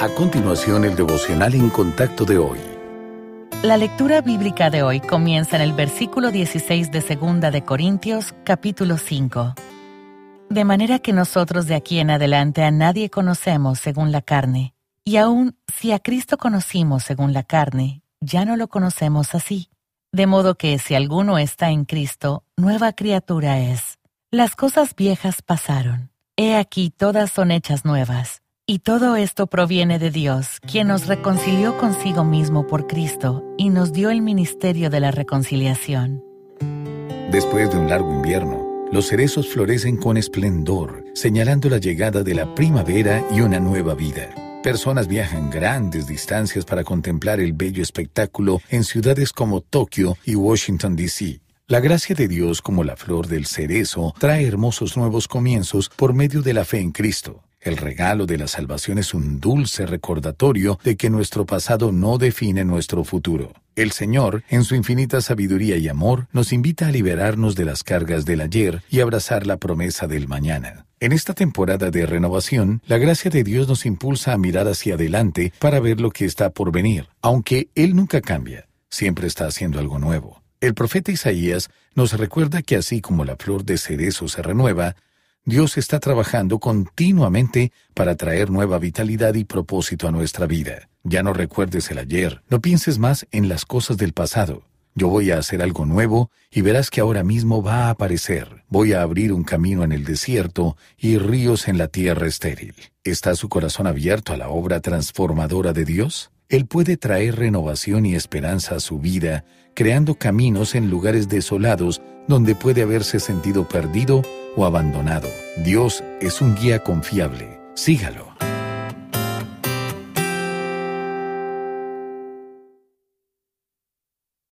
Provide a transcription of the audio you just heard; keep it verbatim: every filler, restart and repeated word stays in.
A continuación, el devocional en contacto de hoy. La lectura bíblica de hoy comienza en el versículo dieciséis de Segunda de Corintios, capítulo cinco. De manera que nosotros de aquí en adelante a nadie conocemos según la carne, y aun si a Cristo conocimos según la carne, ya no lo conocemos así. De modo que si alguno está en Cristo, nueva criatura es. Las cosas viejas pasaron. He aquí todas son hechas nuevas. Y todo esto proviene de Dios, quien nos reconcilió consigo mismo por Cristo y nos dio el ministerio de la reconciliación. Después de un largo invierno, los cerezos florecen con esplendor, señalando la llegada de la primavera y una nueva vida. Personas viajan grandes distancias para contemplar el bello espectáculo en ciudades como Tokio y Washington, D C La gracia de Dios, como la flor del cerezo, trae hermosos nuevos comienzos por medio de la fe en Cristo. El regalo de la salvación es un dulce recordatorio de que nuestro pasado no define nuestro futuro. El Señor, en su infinita sabiduría y amor, nos invita a liberarnos de las cargas del ayer y abrazar la promesa del mañana. En esta temporada de renovación, la gracia de Dios nos impulsa a mirar hacia adelante para ver lo que está por venir. Aunque Él nunca cambia, siempre está haciendo algo nuevo. El profeta Isaías nos recuerda que así como la flor de cerezo se renueva, Dios está trabajando continuamente para traer nueva vitalidad y propósito a nuestra vida. Ya no recuerdes el ayer, no pienses más en las cosas del pasado. Yo voy a hacer algo nuevo y verás que ahora mismo va a aparecer. Voy a abrir un camino en el desierto y ríos en la tierra estéril. ¿Está su corazón abierto a la obra transformadora de Dios? Él puede traer renovación y esperanza a su vida, creando caminos en lugares desolados donde puede haberse sentido perdido o abandonado. Dios es un guía confiable. Sígalo.